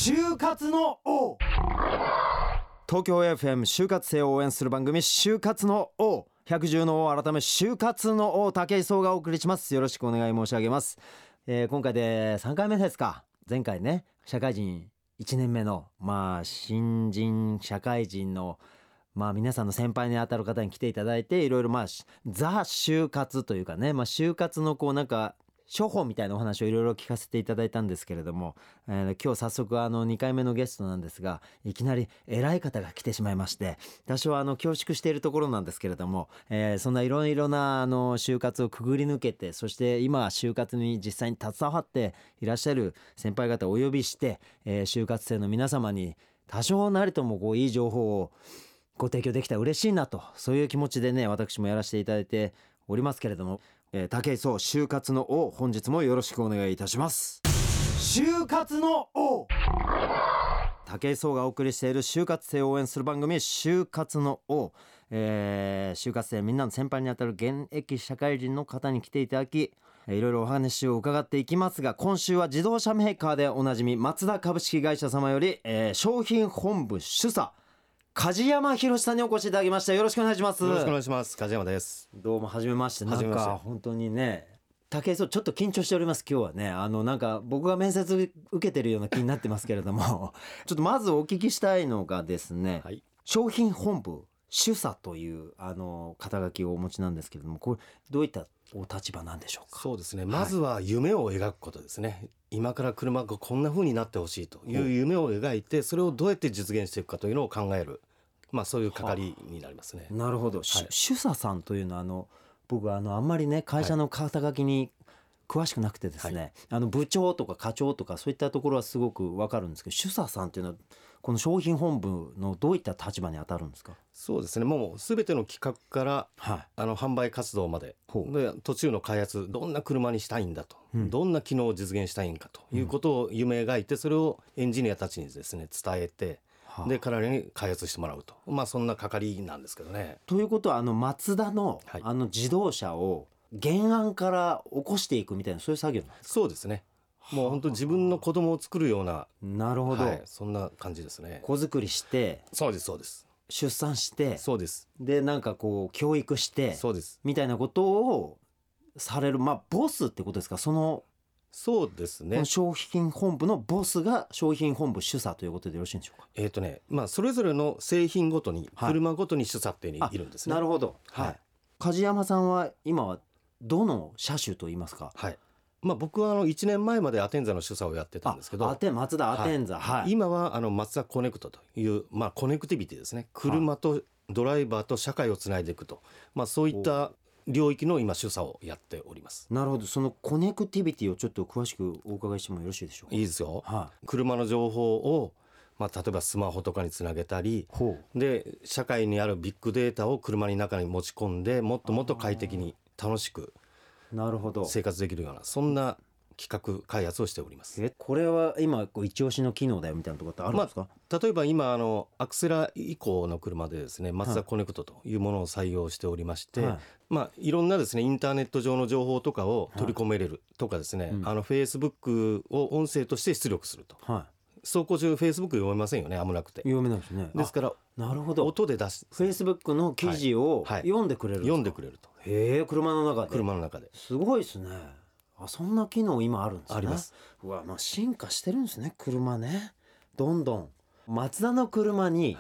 就活の王、東京 FM 就活生を応援する番組就活の王、百獣の王改め就活の王、武井壮がお送りします。よろしくお願い申し上げます。今回で3回目ですか。前回ね、社会人1年目の新人社会人の皆さんの先輩にあたる方に来ていただいて、いろいろザ就活というかね、就活の処方みたいなお話をいろいろ聞かせていただいたんですけれども、今日早速2回目のゲストなんですが、いきなり偉い方が来てしまいまして、多少恐縮しているところなんですけれども、そんないろいろな就活をくぐり抜けて、そして今就活に実際に携わっていらっしゃる先輩方をお呼びして、就活生の皆様に多少なりともいい情報をご提供できたら嬉しいなと、そういう気持ちでね、私もやらせていただいておりますけれども、武井壮就活の王、本日もよろしくお願いいたします。就活の王、武井壮がお送りしている就活生を応援する番組就活の王、就活生みんなの先輩にあたる現役社会人の方に来ていただき、いろいろお話を伺っていきますが、今週は自動車メーカーでおなじみマツダ株式会社様より、商品本部主査梶山博さんにお越しいただきました。よろしくお願いします。 よろしくお願いします。梶山です。 どうも初めまして。なんか本当にね、武井壮ちょっと緊張しております。今日はね、なんか僕が面接受けてるような気になってますけれどもちょっとまずお聞きしたいのがですね、はい、商品本部主査という肩書きをお持ちなんですけれども、これどういったお立場なんでしょうか。 そうですね、まずは夢を描くことですね。今から車がこんな風になってほしいという夢を描いて、それをどうやって実現していくかというのを考える、そういう係になりますね。 なるほど、主査さんというのは僕あんまりね、会社の肩書きに詳しくなくてですね、部長とか課長とかそういったところはすごく分かるんですけど、主査さんというのはこの商品本部のどういった立場に当たるんですか。 そうですね、もう全ての企画から、販売活動まで、で途中の開発、どんな車にしたいんだと、どんな機能を実現したいんかということを夢描いて、それをエンジニアたちにですね伝えて、で彼らに開発してもらうと、そんな係なんですけどね。 ということはマツダの、自動車を原案から起こしていくみたいな、そういう作業なんですか。 そうですね、もう本当自分の子供を作るような。 なるほど、 そんな感じですね。 子作りして、 そうですそうです、 出産して、 そうです、 でなんか教育して、 そうですみたいなことをされる、ボスってことですか。 そうですね、 商品本部のボスが商品本部主査ということでよろしいんでしょうか。 それぞれの製品ごとに、車ごとに主査っているんですね。 なるほど、梶山さんは今はどの車種といいますか。 僕は1年前までアテンザの主査をやってたんですけど、 マツダアテンザ、 今はマツダコネクトという、コネクティビティですね。車とドライバーと社会をつないでいくと、そういった領域の今主査をやっております。 なるほど、そのコネクティビティをちょっと詳しくお伺いしてもよろしいでしょうか。 いいですよ、車の情報を、例えばスマホとかにつなげたりで、社会にあるビッグデータを車の中に持ち込んで、もっともっと快適に楽しく生活できるような、そんな企画開発をしております。 これは今一押しの機能だよみたいなところってあるんですか。 例えば今アクセラ以降の車でですね、マツダコネクトというものを採用しておりまして、いろんなですねインターネット上の情報とかを取り込めれるとかですね、Facebook を音声として出力すると、走行中 Facebook 読めませんよね、危なくて読めないですね。 ですから、なるほど、音で出す Facebook の記事を読んでくれるんですか。 読んでくれると。 車の中ですごいですね。そんな機能今あるんですね。 あります。 進化してるんですね、車ね。どんどんマツダの車に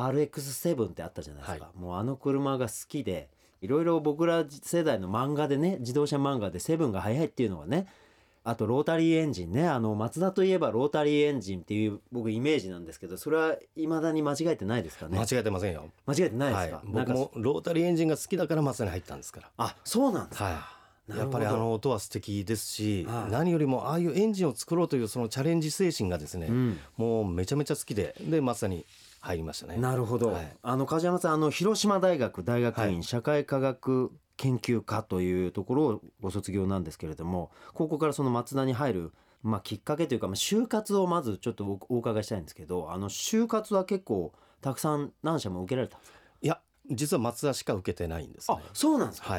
RX7 ってあったじゃないですか、もう車が好きで、いろいろ僕ら世代の漫画でね、自動車漫画でセブンが速いっていうのがね、あとロータリーエンジンね、マツダといえばロータリーエンジンっていう僕イメージなんですけど、それは未だに間違えてないですかね。 間違えてませんよ。 間違えてないですか。 僕もロータリーエンジンが好きだからマツダに入ったんですから。 そうなんですか。 やっぱり音は素敵ですし、何よりもああいうエンジンを作ろうというそのチャレンジ精神がですね、もうめちゃめちゃ好きで、マツダに入りましたね。 なるほど、梶山さん広島大学大学院社会科学研究科というところをご卒業なんですけれども、ここからそのマツダに入る、きっかけというか、就活をまずちょっとお伺いしたいんですけど、就活は結構たくさん何社も受けられたんですか。 いや、実はマツダしか受けてないんですね。 そうなんですか。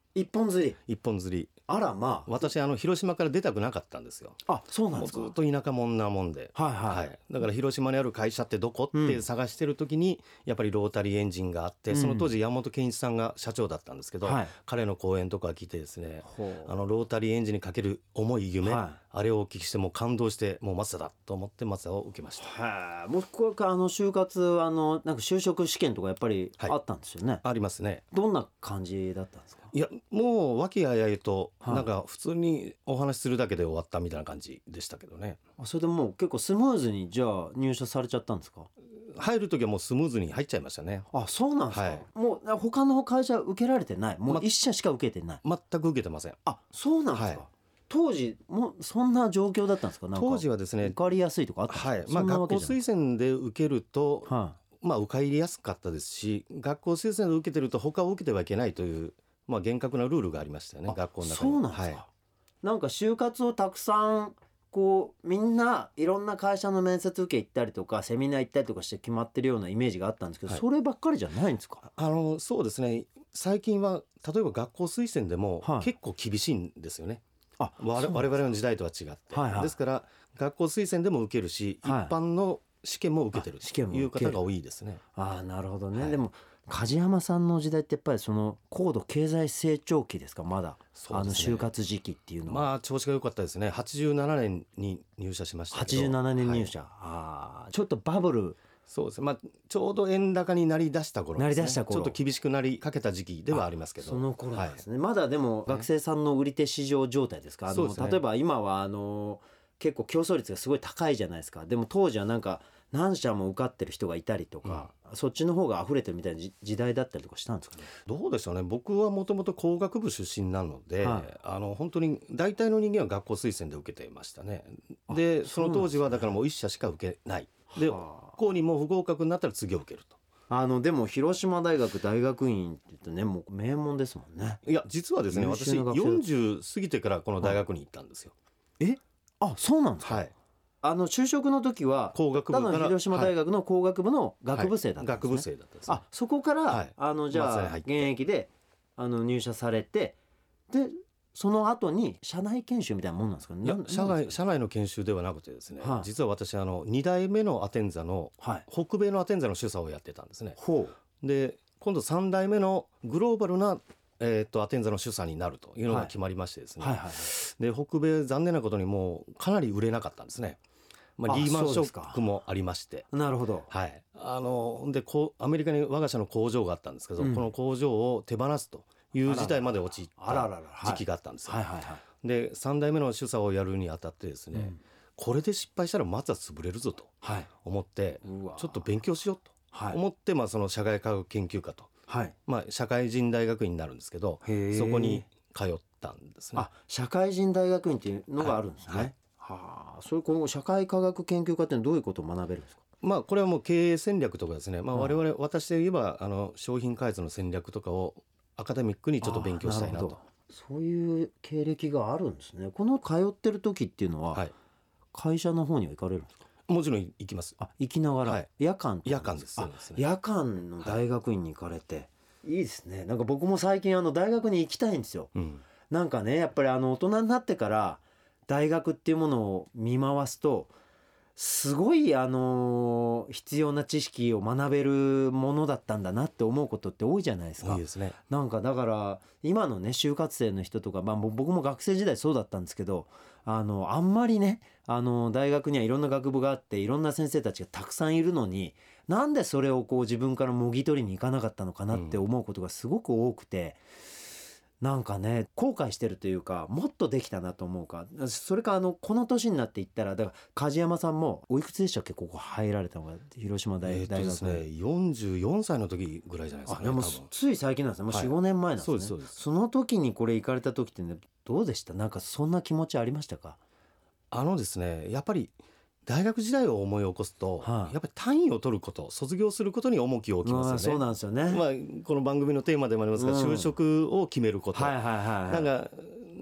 一本釣り。 一本釣り。 あらまあ。 私広島から出たくなかったんですよ。 あ、そうなんですか。 もうずっと田舎者なもんで、 はいはい、 だから広島にある会社ってどこって探してる時に、やっぱりロータリーエンジンがあって、その当時山本健一さんが社長だったんですけど、彼の講演とか聞いてですね、ロータリーエンジンにかける思い夢、あれをお聞きしてもう感動して、もう松田だと思って松田を受けました。 僕は就活なんか就職試験とかやっぱりあったんですよね。 ありますね。 どんな感じだったんですか。 いや、もう和気あいあいと、なんか普通にお話しするだけで終わったみたいな感じでしたけどね。 それでもう結構スムーズにじゃあ入社されちゃったんですか。 入る時はもうスムーズに入っちゃいましたね。 あ、そうなんですか。もう他の会社受けられてない。もう一社しか受けてない。 全く受けてません。 あ、そうなんですか。当時もそんな状況だったんですか。なんか当時はですね、 受かりやすいとかあったんですか。 学校推薦で受けると、受かりやすかったですし、学校推薦で受けてると他を受けてはいけないという厳格なルールがありましたよね、学校の中に。 そうなんですか。なんか就活をたくさんみんないろんな会社の面接受け行ったりとかセミナー行ったりとかして決まってるようなイメージがあったんですけど、そればっかりじゃないんですか。 そうですね、最近は例えば学校推薦でも結構厳しいんですよね。我々の時代とは違って、ですから学校推薦でも受けるし、一般の試験も受けてるという方が多いですね。 なるほどね。でも梶山さんの時代ってやっぱりその高度経済成長期ですか。まだ就活時期っていうのは調子が良かったですね。87年に入社しましたけど。 87年入社、ちょっとバブル。 そうですね、ちょうど円高になりだした頃ですね。ちょっと厳しくなりかけた時期ではありますけど、 その頃なんですね。まだでも学生さんの売り手市場状態ですか。例えば今は結構競争率がすごい高いじゃないですか。でも当時はなんか何社も受かってる人がいたりとか、そっちの方が溢れてるみたいな時代だったりとかしたんですかね。 どうでしょうね。僕はもともと工学部出身なので、本当に大体の人間は学校推薦で受けていましたね。でその当時はだからもう1社しか受けない。で校にも不合格になったら次を受けると。 でも広島大学大学院って言ってね、もう名門ですもんね。 いや実はですね、私40過ぎてからこの大学に行ったんですよ。 そうなんですか。就職の時は工学部から広島大学の工学部の学部生だったんですね。 学部生だったんです、ね。 そこから、じゃあ現役で入社されて、でその後に社内研修みたいなもんなんですかね。 いや社内の研修ではなくてですね、実は私2代目のアテンザの、北米のアテンザの主査をやってたんですね。で今度3代目のグローバルなアテンザの主査になるというのが決まりましてですね、で北米残念なことにもうかなり売れなかったんですね。リーマンショックもありまして。 なるほど。 でアメリカに我が社の工場があったんですけど、この工場を手放すという事態まで陥った時期があったんですよ。で3代目の主査をやるにあたってですね、これで失敗したらまずは潰れるぞと思って、ちょっと勉強しようと思って、その社会科学研究科と、社会人大学院になるんですけど、そこに通ったんですね。 社会人大学院っていうのがあるんですね。それ今後社会科学研究科ってどういうことを学べるんですか。 これはもう経営戦略とかですね、私で言えば商品開発の戦略とかをアカデミックにちょっと勉強したいなと。 そういう経歴があるんですね。この通ってる時っていうのは、会社の方には行かれるんですか。 もちろん行きます。 行きながら、夜間です。 夜間の大学院に行かれて、いいですね。なんか僕も最近大学に行きたいんですよ。なんかね、やっぱり大人になってから大学っていうものを見回すと、すごい必要な知識を学べるものだったんだなって思うことって多いじゃないですか。 多いですね。 なんかだから今のね就活生の人とか、僕も学生時代そうだったんですけど、あんまりね大学にはいろんな学部があっていろんな先生たちがたくさんいるのに、なんでそれを自分からもぎ取りに行かなかったのかなって思うことがすごく多くて、なんかね後悔してるというか、もっとできたなと思うか、それかこの年になっていったら、だから梶山さんもおいくつでしたっけ、ここ入られたのが広島大学。 ですね、44歳の時ぐらいじゃないですかね。 もうつい最近なんですね。もう 4,5 年前なんですね。 そうです。 その時にこれ行かれた時ってね、どうでした。なんかそんな気持ちありましたか。 ですね、やっぱり大学時代を思い起こすと、やっぱり単位を取ること、卒業することに重きを置きますよね。 そうなんですよね。 この番組のテーマでもありますが、就職を決めること、なんか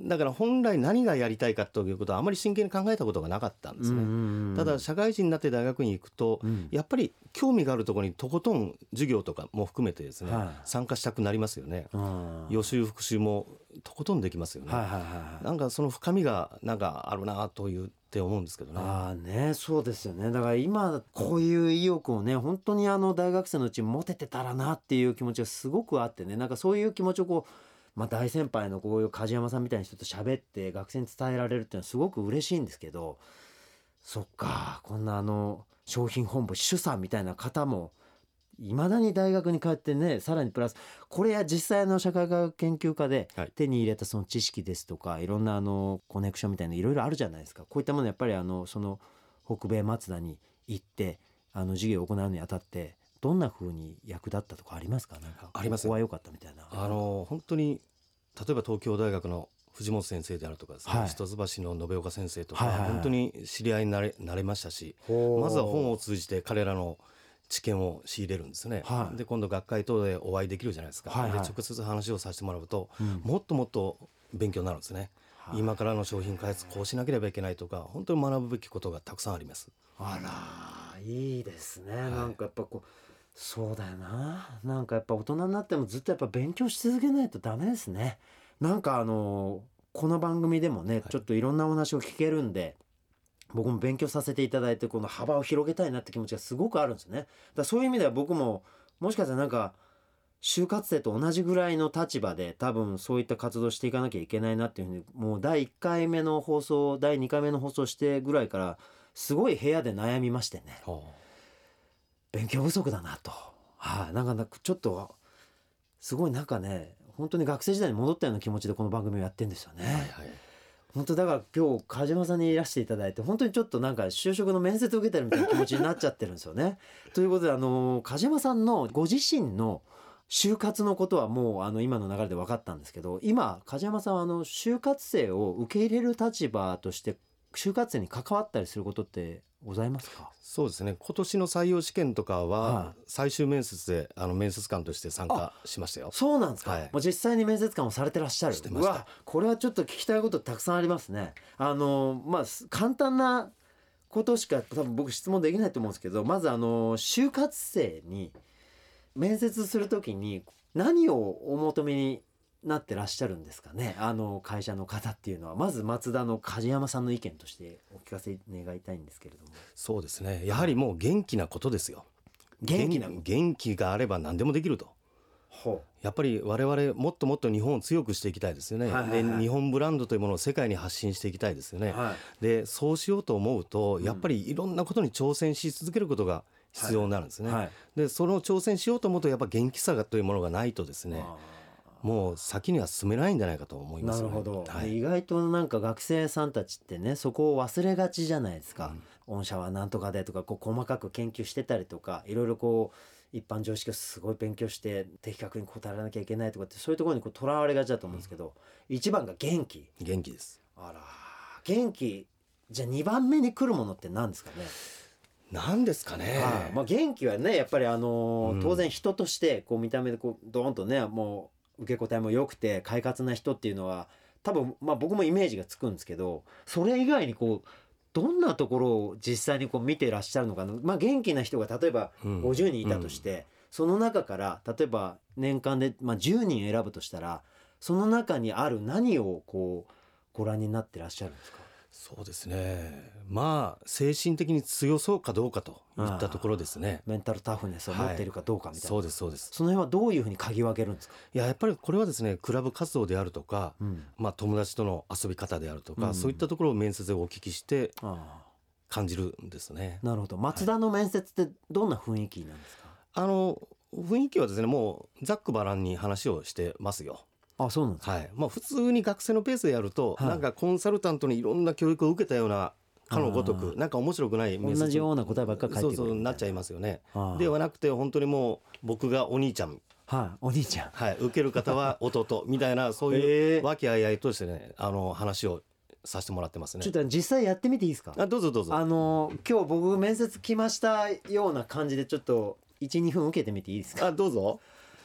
だから本来何がやりたいかということはあまり真剣に考えたことがなかったんですね。ただ社会人になって大学に行くと、やっぱり興味があるところにとことん授業とかも含めてですね、参加したくなりますよね。予習復習もとことんできますよね。なんかその深みがなんかあるなというって思うんですけどね。 そうですよね。だから今こういう意欲をね、本当に大学生のうち持ててたらなっていう気持ちがすごくあってね、なんかそういう気持ちを大先輩のこういう梶山さんみたいな人と喋って学生に伝えられるっていうのはすごく嬉しいんですけど、そっか、こんな商品本部主査みたいな方もいまだに大学に通ってね、さらにプラスこれや実際の社会科学研究科で手に入れたその知識ですとか、いろんなコネクションみたいないろいろあるじゃないですか。こういったものやっぱりその北米松田に行って授業を行うにあたってどんな風に役立ったとかありますか？なんかあります。 ここは良かったみたいな。 本当に例えば東京大学の藤本先生であるとかですね、一橋の延岡先生とか、本当に知り合いになれましたし、まずは本を通じて彼らの知見を仕入れるんですね。で今度学会等でお会いできるじゃないですか。で直接話をさせてもらうと、もっともっと勉強になるんですね。今からの商品開発こうしなければいけないとか、本当に学ぶべきことがたくさんあります。 あら、いいですね。なんかやっぱそうだよな。なんかやっぱ大人になってもずっとやっぱ勉強し続けないとダメですね。なんかこの番組でもね、ちょっといろんなお話を聞けるんで、僕も勉強させていただいてこの幅を広げたいなって気持ちがすごくあるんですね。だからそういう意味では僕ももしかしたらなんか就活生と同じぐらいの立場で多分そういった活動していかなきゃいけないなっていうふうに、もう第1回目の放送第2回目の放送してぐらいからすごい部屋で悩みましてね、勉強不足だなと、なんかちょっとすごいなんかね、本当に学生時代に戻ったような気持ちでこの番組をやってるんですよね。本当だから今日梶山さんにいらしていただいて本当にちょっとなんか就職の面接を受けてるみたいな気持ちになっちゃってるんですよね。ということで梶山さんのご自身の就活のことはもう今の流れで分かったんですけど、今梶山さんは就活生を受け入れる立場として就活生に関わったりすることってございますか？ そうですね、今年の採用試験とかは最終面接で面接官として参加しましたよ。 そうなんですか。もう実際に面接官をされてらっしゃる。 してました。 これはちょっと聞きたいことたくさんありますね。簡単なことしか多分僕質問できないと思うんですけど、まず就活生に面接するときに何をお求めになってらっしゃるんですかね、会社の方っていうのは。まず松田の梶山さんの意見としてお聞かせ願いたいんですけれども。 そうですね、やはりもう元気なことですよ。元気があれば何でもできると。やっぱり我々もっともっと日本を強くしていきたいですよね。で日本ブランドというものを世界に発信していきたいですよね。でそうしようと思うとやっぱりいろんなことに挑戦し続けることが必要になるんですね。でその挑戦しようと思うとやっぱ元気さというものがないとですね、もう先には進めないんじゃないかと思いますね。 なるほど、意外となんか学生さんたちってね、そこを忘れがちじゃないですか。御社はなんとかでとか細かく研究してたりとか、いろいろ一般常識をすごい勉強して的確に答えらなきゃいけないとかって、そういうところにとらわれがちだと思うんですけど、一番が元気です。 元気じゃあ2番目に来るものって何ですかね？ 何ですかね。 元気はねやっぱり当然人として見た目でドーンとね、もう受け答えも良くて快活な人っていうのは多分僕もイメージがつくんですけど、それ以外にどんなところを実際に見てらっしゃるのかな。元気な人が例えば50人いたとして、その中から例えば年間で10人選ぶとしたら、その中にある何をご覧になってらっしゃるんですか？ そうですね、精神的に強そうかどうかといったところですね。 メンタルタフネスを持っているかどうかみたいな、 そうです。その辺はどういうふうに嗅ぎ分けるんですか？ やっぱりこれはですね、クラブ活動であるとか、友達との遊び方であるとか、そういったところを面接でお聞きして感じるんですね。 なるほど。松田の面接ってどんな雰囲気なんですか？ 雰囲気はですね、もうざっくばらんに話をしてますよ。 そうなんですか。 普通に学生のペースでやると、なんかコンサルタントにいろんな教育を受けたようなかのごとく、なんか面白くない面接、 同じような答えばっかり返ってくるなっちゃいますよね。ではなくて本当にもう僕がお兄ちゃん、 お兄ちゃん、 受ける方は弟みたいな、そういう和気あいあいとしてね、話をさせてもらってますね。 ちょっと実際やってみていいですか？ どうぞ。 今日僕面接来ましたような感じでちょっと 1,2 分受けてみていいですか？ どうぞ。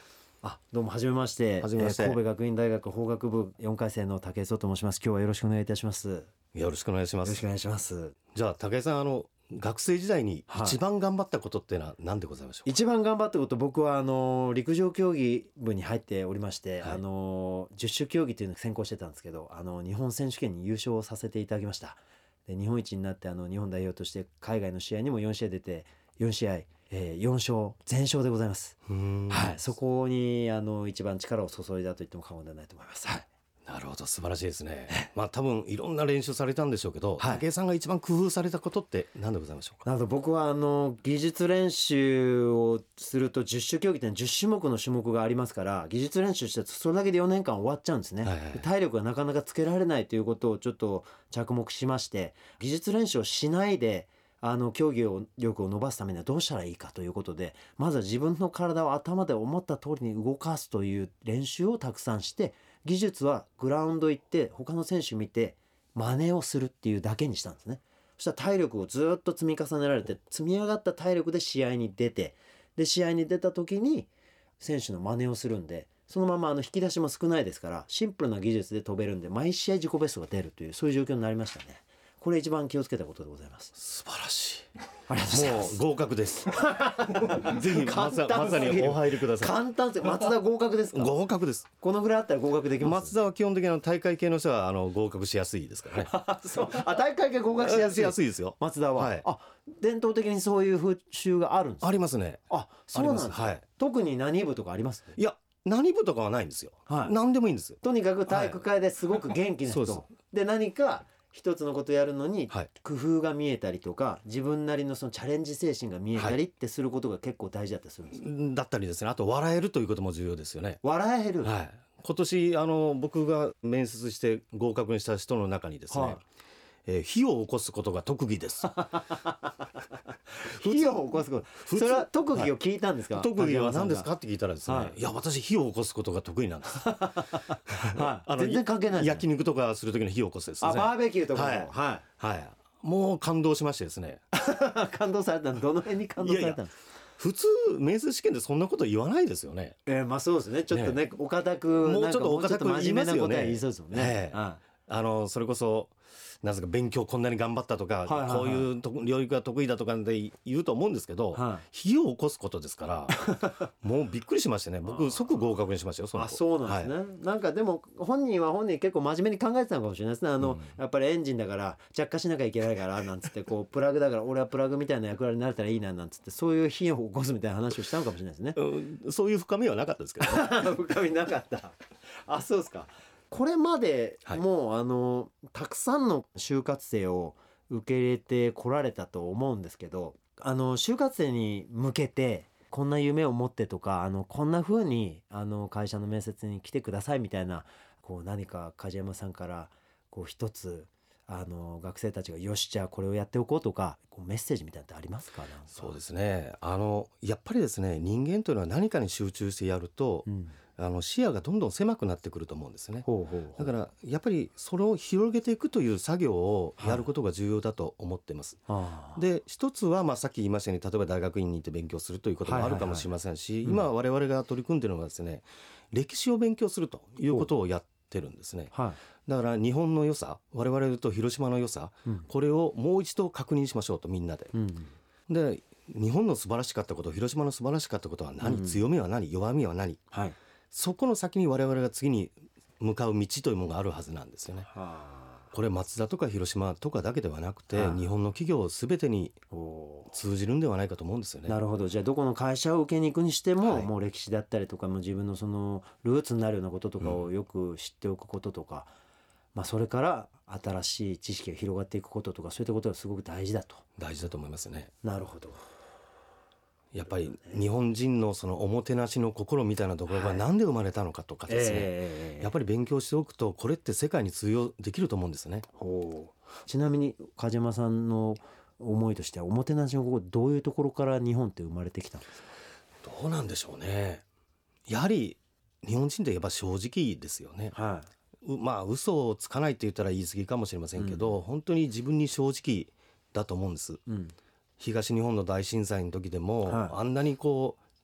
どうもはじめまして。 はじめまして。 神戸学院大学法学部4回生の武井壮と申します。今日はよろしくお願いいたします。 よろしくお願いします。 よろしくお願いします。 じゃあ武井さん、学生時代に一番頑張ったことってのは何でございましょうか？ 一番頑張ったこと、僕は陸上競技部に入っておりまして、十種競技というのを専攻してたんですけど、日本選手権に優勝させていただきました。で日本一になって日本代表として海外の試合にも4試合出て4試合、4勝全勝でございます。はい、そこに一番力を注いだと言っても過言ではないと思います。はい、 なるほど、素晴らしいですね。多分いろんな練習されたんでしょうけど、武井さんが一番工夫されたことって何でございましょうか？ なるほど、僕は技術練習をすると十種競技って10種目の種目がありますから、技術練習してるとそれだけで4年間終わっちゃうんですね。体力がなかなかつけられないということをちょっと着目しまして、技術練習をしないで競技力を伸ばすためにはどうしたらいいかということで、まずは自分の体を頭で思った通りに動かすという練習をたくさんして、技術はグラウンド行って他の選手見て真似をするっていうだけにしたんですね。そしたら体力をずっと積み重ねられて、積み上がった体力で試合に出て、で試合に出た時に選手の真似をするんで、そのまま引き出しも少ないですから、シンプルな技術で飛べるんで、毎試合自己ベストが出るという、そういう状況になりましたね。これ一番気をつけたことでございます。 素晴らしい。 ありがとうございます。 もう合格です。ぜひまさにお入りください。 簡単です。松田合格ですか？ 合格です。 このぐらいあったら合格できます。 松田は基本的に大会系の人は合格しやすいですからね。 そう、大会系合格しやすいですよ。 松田は、はい、伝統的にそういう風習があるんですか？ ありますね。 そうなんですか。 はい、 特に何部とかあります？ いや、何部とかはないんですよ。何でもいいんですよ。 とにかく体育会ですごく元気な人、で何か一つのことやるのに工夫が見えたりとか、自分なりのそのチャレンジ精神が見えたりってすることが結構大事だったりするんです。 だったりですね、あと笑えるということも重要ですよね。 笑える。 はい、今年僕が面接して合格にした人の中にですね、火を起こすことが特技です。 火を起こすこと、それは特技を聞いたんですか？ 特技は何ですかって聞いたらですね、いや私火を起こすことが得意なんです。 全然関係ない。 焼肉とかする時の火を起こすですね。 バーベキューとかも。 はい、もう感動しましてですね。 感動されたの？どの辺に感動されたの？ 普通面接試験でそんなこと言わないですよね。 そうですね。ちょっとね、お堅く、 もうちょっとお堅く言いますよね。 言いそうですもんね。 それこそなぜか勉強こんなに頑張ったとか、こういう領域が得意だとかで言うと思うんですけど、火を起こすことですからもうびっくりしましてね、僕即合格にしましたよ。 そうなんですね。なんかでも本人は結構真面目に考えてたのかもしれないですね。やっぱりエンジンだから着火しなきゃいけないからなんつって、こうプラグだから俺はプラグみたいな役割になれたらいいななんつって、そういう火を起こすみたいな話をしたのかもしれないですね。 そういう深みはなかったですけど深みなかった。そうですか。これまでもうたくさんの就活生を受け入れてこられたと思うんですけど、就活生に向けてこんな夢を持ってとか、こんな風に会社の面接に来てくださいみたいな、何か梶山さんから一つ学生たちがよしじゃあこれをやっておこうとか、メッセージみたいなのってありますか？ そうですね、やっぱりですね、人間というのは何かに集中してやると、視野がどんどん狭くなってくると思うんですね。だからやっぱりそれを広げていくという作業をやることが重要だと思ってます。で一つはさっき言いましたように、例えば大学院に行って勉強するということもあるかもしれませんし、今我々が取り組んでいるのはですね、歴史を勉強するということをやってるんですね。だから日本の良さ、我々と広島の良さ、これをもう一度確認しましょうと、みんなで。で日本の素晴らしかったこと、広島の素晴らしかったことは何、強みは何、弱みは何、そこの先に我々が次に向かう道というものがあるはずなんですよね。これ松田とか広島とかだけではなくて、日本の企業全てに通じるんではないかと思うんですよね。 なるほど。じゃあどこの会社を受けに行くにしても、もう歴史だったりとか、もう自分のそのルーツになるようなこととかをよく知っておくこととか、それから新しい知識が広がっていくこととか、そういったことがすごく大事だと。 大事だと思いますね。 なるほど。 やっぱり日本人のそのおもてなしの心みたいなところが何で生まれたのかとかですね、やっぱり勉強しておくと、これって世界に通用できると思うんですね。 ちなみに梶山さんの思いとしては、おもてなしの心、どういうところから日本って生まれてきたんですか？ どうなんでしょうね。やはり日本人ってやっぱ正直ですよね。嘘をつかないって言ったら言い過ぎかもしれませんけど、本当に自分に正直だと思うんです。東日本の大震災の時でも、あんなに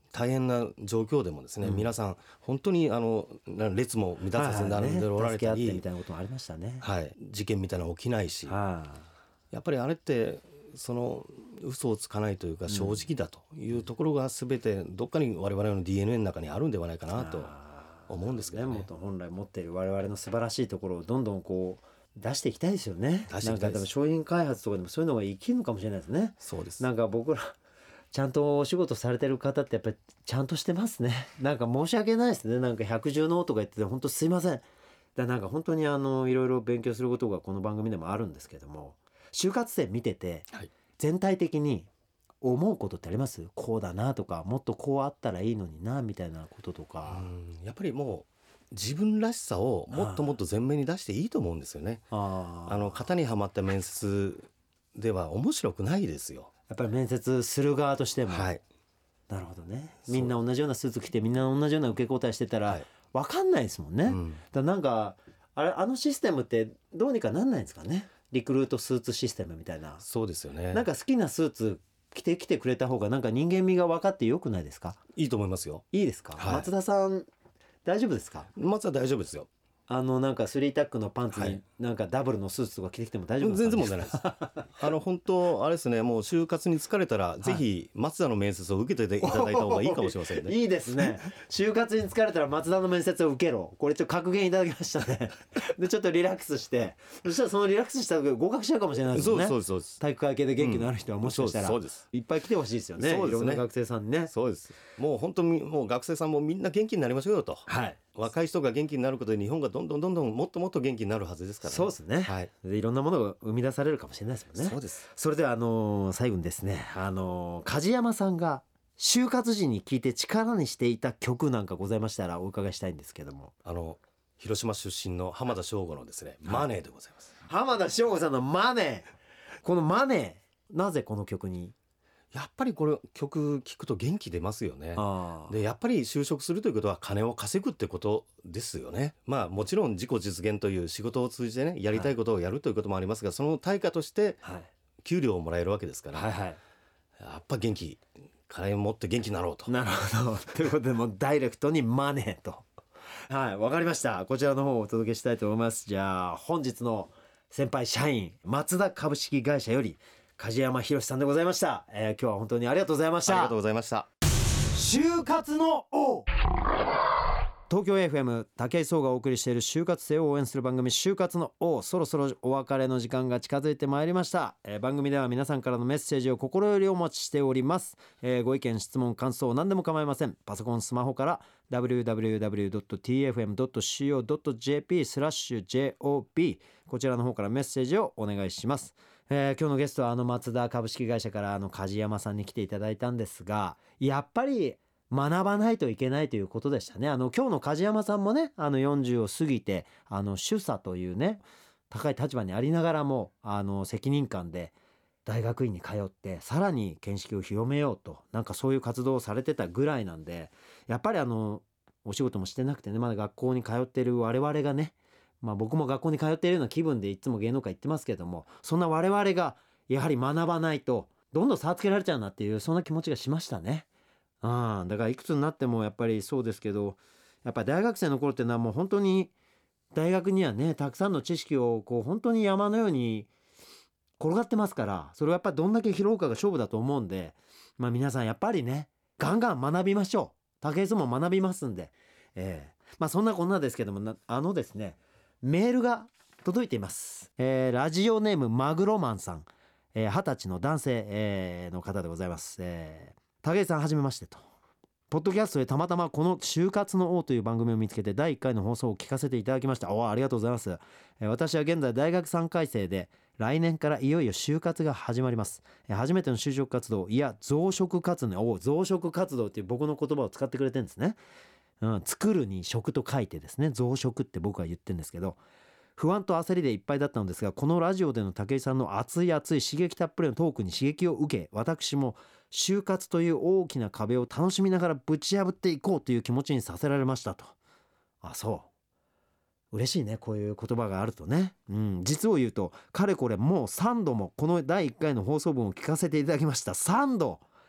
大変な状況でもですね、皆さん本当に列も乱さずに並んでおられたり、 助け合ってみたいなこともありましたね。 事件みたいなの起きないし、やっぱりあれってその嘘をつかないというか正直だというところが全てどっかに我々の DNA の中にあるんではないかなと思うんですけどね。 本来持っている我々の素晴らしいところをどんどんこう出していきたいですよね。なんか商品開発とかでもそういうのが生きるのかもしれないですね。 そうです。 なんか僕らちゃんとお仕事されてる方ってやっぱりちゃんとしてますね。なんか申し訳ないですね。なんか百獣の王とか言ってて本当すいません。なんか本当にいろいろ勉強することがこの番組でもあるんですけども、就活生見てて全体的に思うことってあります？こうだなとか、もっとこうあったらいいのになみたいなこととか。 やっぱりもう自分らしさをもっともっと前面に出していいと思うんですよね。型にはまった面接では面白くないですよ。 やっぱり面接する側としても、 はい、 なるほどね。みんな同じようなスーツ着てみんな同じような受け答えしてたら分かんないですもんね。だなんかあのシステムってどうにかなんないんですかね。リクルートスーツシステムみたいな。 そうですよね。 なんか好きなスーツ着てきてくれた方がなんか人間味が分かってよくないですか？ いいと思いますよ。 いいですか？松田さん大丈夫ですか？ 松田大丈夫ですよ。 なんか3タックのパンツになんかダブルのスーツとか着てきても大丈夫ですか？ 全然問題ないです本当あれですね、もう就活に疲れたらぜひ松田の面接を受けていただいた方がいいかもしれませんね。 いいですね。就活に疲れたら松田の面接を受けろ。これちょっと格言いただきましたね。でちょっとリラックスして、そしたらそのリラックスした時合格しちゃうかもしれないですもんね。 そうです。 体育会系で元気のある人はもしかしたら、 そうですいっぱい来てほしいですよね。いろんな学生さんにね。 そうです。もう本当にもう学生さんもみんな元気になりましょうよと。若い人が元気になることで日本がどんどんもっともっと元気になるはずですからね。 そうですね。でいろんなものが生み出されるかもしれないですもんね。 そうです。 それでは最後にですね、梶山さんが就活時に聴いて力にしていた曲なんかございましたらお伺いしたいんですけども。 広島出身の浜田省吾のですね、マネーでございます。 浜田省吾さんのマネー。このマネー、なぜこの曲に？ やっぱりこれ曲聴くと元気出ますよね。でやっぱり就職するということは金を稼ぐってことですよね。まあもちろん自己実現という仕事を通じてね、やりたいことをやるということもありますが、その対価として給料をもらえるわけですから、やっぱ元気、金を持って元気になろうと。 なるほど。ということでもうダイレクトにマネーと。わかりました。こちらの方をお届けしたいと思います。じゃあ本日の先輩社員松田株式会社より梶山博さんでございました。今日は本当にありがとうございました。 ありがとうございました。 就活の王。東京 FM 武井壮がお送りしている就活生を応援する番組就活の王、そろそろお別れの時間が近づいてまいりました。番組では皆さんからのメッセージを心よりお待ちしております。ご意見質問感想何でも構いません。パソコンスマホから www.tfm.co.jp/job こちらの方からメッセージをお願いします。今日のゲストは松田株式会社から梶山さんに来ていただいたんですが、やっぱり学ばないといけないということでしたね。今日の梶山さんもね、40を過ぎて主査というね高い立場にありながらも責任感で大学院に通ってさらに見識を広めようとなんかそういう活動をされてたぐらいなんで、やっぱりお仕事もしてなくてね、まだ学校に通ってる我々がね、僕も学校に通っているような気分でいつも芸能界行ってますけども、そんな我々がやはり学ばないとどんどん差をつけられちゃうなっていうそんな気持ちがしましたね。だからいくつになってもやっぱりそうですけど、やっぱり大学生の頃ってのはもう本当に大学にはねたくさんの知識を本当に山のように転がってますから、それをやっぱりどんだけ拾うかが勝負だと思うんで、皆さんやっぱりねガンガン学びましょう。武井さんも学びますんで、そんなこんなですけどもですねメールが届いています。ラジオネームマグロマンさん、20歳の男性、の方でございます。武井さんはじめましてと。ポッドキャストでたまたまこの就活の王という番組を見つけて第1回の放送を聞かせていただきました。ありがとうございます。私は現在大学3回生で来年からいよいよ就活が始まります。初めての就職活動、いや増殖活動、増殖活動っていう僕の言葉を使ってくれてるんですね。作るに食と書いてですね、増殖って僕は言ってるんですけど、不安と焦りでいっぱいだったのですが、このラジオでの武井さんの熱い刺激たっぷりのトークに刺激を受け、私も就活という大きな壁を楽しみながらぶち破っていこうという気持ちにさせられましたと。そう嬉しいね、こういう言葉があるとね。実を言うとかれこれもう3度もこの第1回の放送分を聞かせていただきました。3度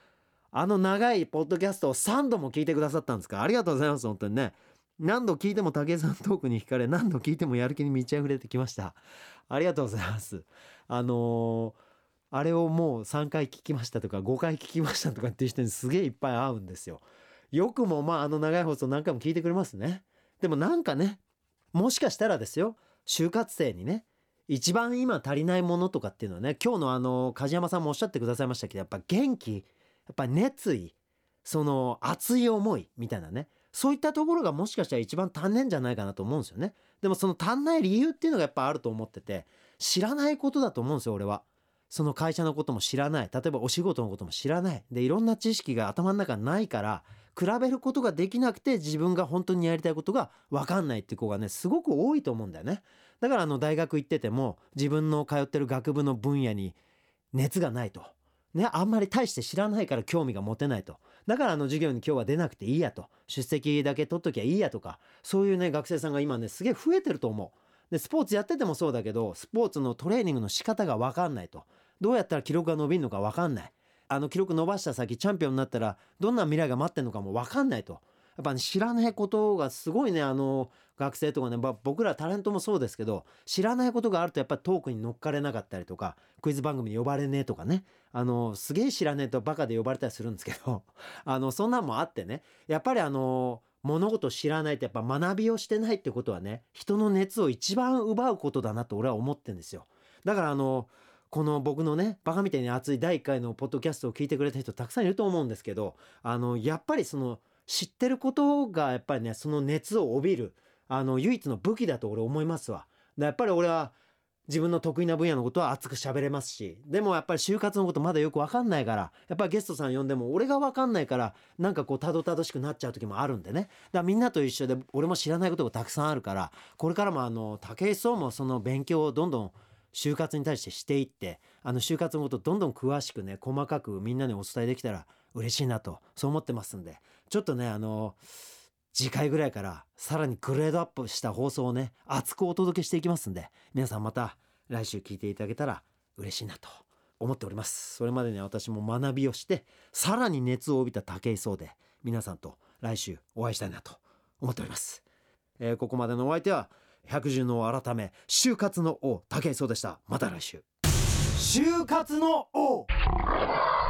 長いポッドキャストを3度も聞いてくださったんですから、ありがとうございます。本当にね、何度聞いても武井さんのトークに惹かれ、何度聞いてもやる気に満ち溢れてきました。ありがとうございます。あれをもう3回聞きましたとか5回聞きましたとかっていう人にすげえいっぱい会うんですよ。よくも長い放送何回も聞いてくれますね。でもなんかね、もしかしたらですよ、就活生にね、一番今足りないものとかっていうのはね、今日の梶山さんもおっしゃってくださいましたけど、やっぱ元気、やっぱ熱意、その熱い思いみたいなね、そういったところがもしかしたら一番足んねえんじゃないかなと思うんですよね。でもその足んない理由っていうのがやっぱあると思ってて、知らないことだと思うんですよ、俺は。その会社のことも知らない、例えばお仕事のことも知らないで、いろんな知識が頭の中にないから比べることができなくて、自分が本当にやりたいことが分かんないっていう子がね、すごく多いと思うんだよね。だから大学行ってても自分の通ってる学部の分野に熱がないとね、あんまり大して知らないから興味が持てないと。だから授業に今日は出なくていいやと、出席だけ取っときゃいいやとか、そういうね学生さんが今ねすげえ増えてると思う。でスポーツやっててもそうだけど、スポーツのトレーニングの仕方が分かんないと、どうやったら記録が伸びるのか分かんない、記録伸ばした先チャンピオンになったらどんな未来が待ってるのかも分かんないと。やっぱね、知らないことがすごいね、学生とかね、僕らタレントもそうですけど、知らないことがあるとやっぱりトークに乗っかれなかったりとか、クイズ番組に呼ばれねえとかね、すげえ知らねえとバカで呼ばれたりするんですけどそんなんもあってね、やっぱり物事を知らないと、やっぱ学びをしてないってことはね、人の熱を一番奪うことだなと俺は思ってんですよ。だからこの僕のねバカみたいに熱い第1回のポッドキャストを聞いてくれた人たくさんいると思うんですけど、やっぱりその知ってることがやっぱりね、その熱を帯びる唯一の武器だと俺思いますわ。やっぱり俺は自分の得意な分野のことは熱く喋れますし、でもやっぱり就活のことまだよく分かんないから、やっぱりゲストさん呼んでも俺が分かんないから、なんかこうたどたどしくなっちゃう時もあるんでね。だからみんなと一緒で俺も知らないことがたくさんあるから、これからも武井壮もその勉強をどんどん就活に対してしていって、就活のことどんどん詳しくね細かくみんなにお伝えできたら嬉しいなと、そう思ってますんで、ちょっとね次回ぐらいからさらにグレードアップした放送をね熱くお届けしていきますんで、皆さんまた来週聞いていただけたら嬉しいなと思っております。それまでね私も学びをしてさらに熱を帯びた武井壮で皆さんと来週お会いしたいなと思っております。ここまでのお相手は百獣の王改め就活の王武井壮でした。また来週。就活の王。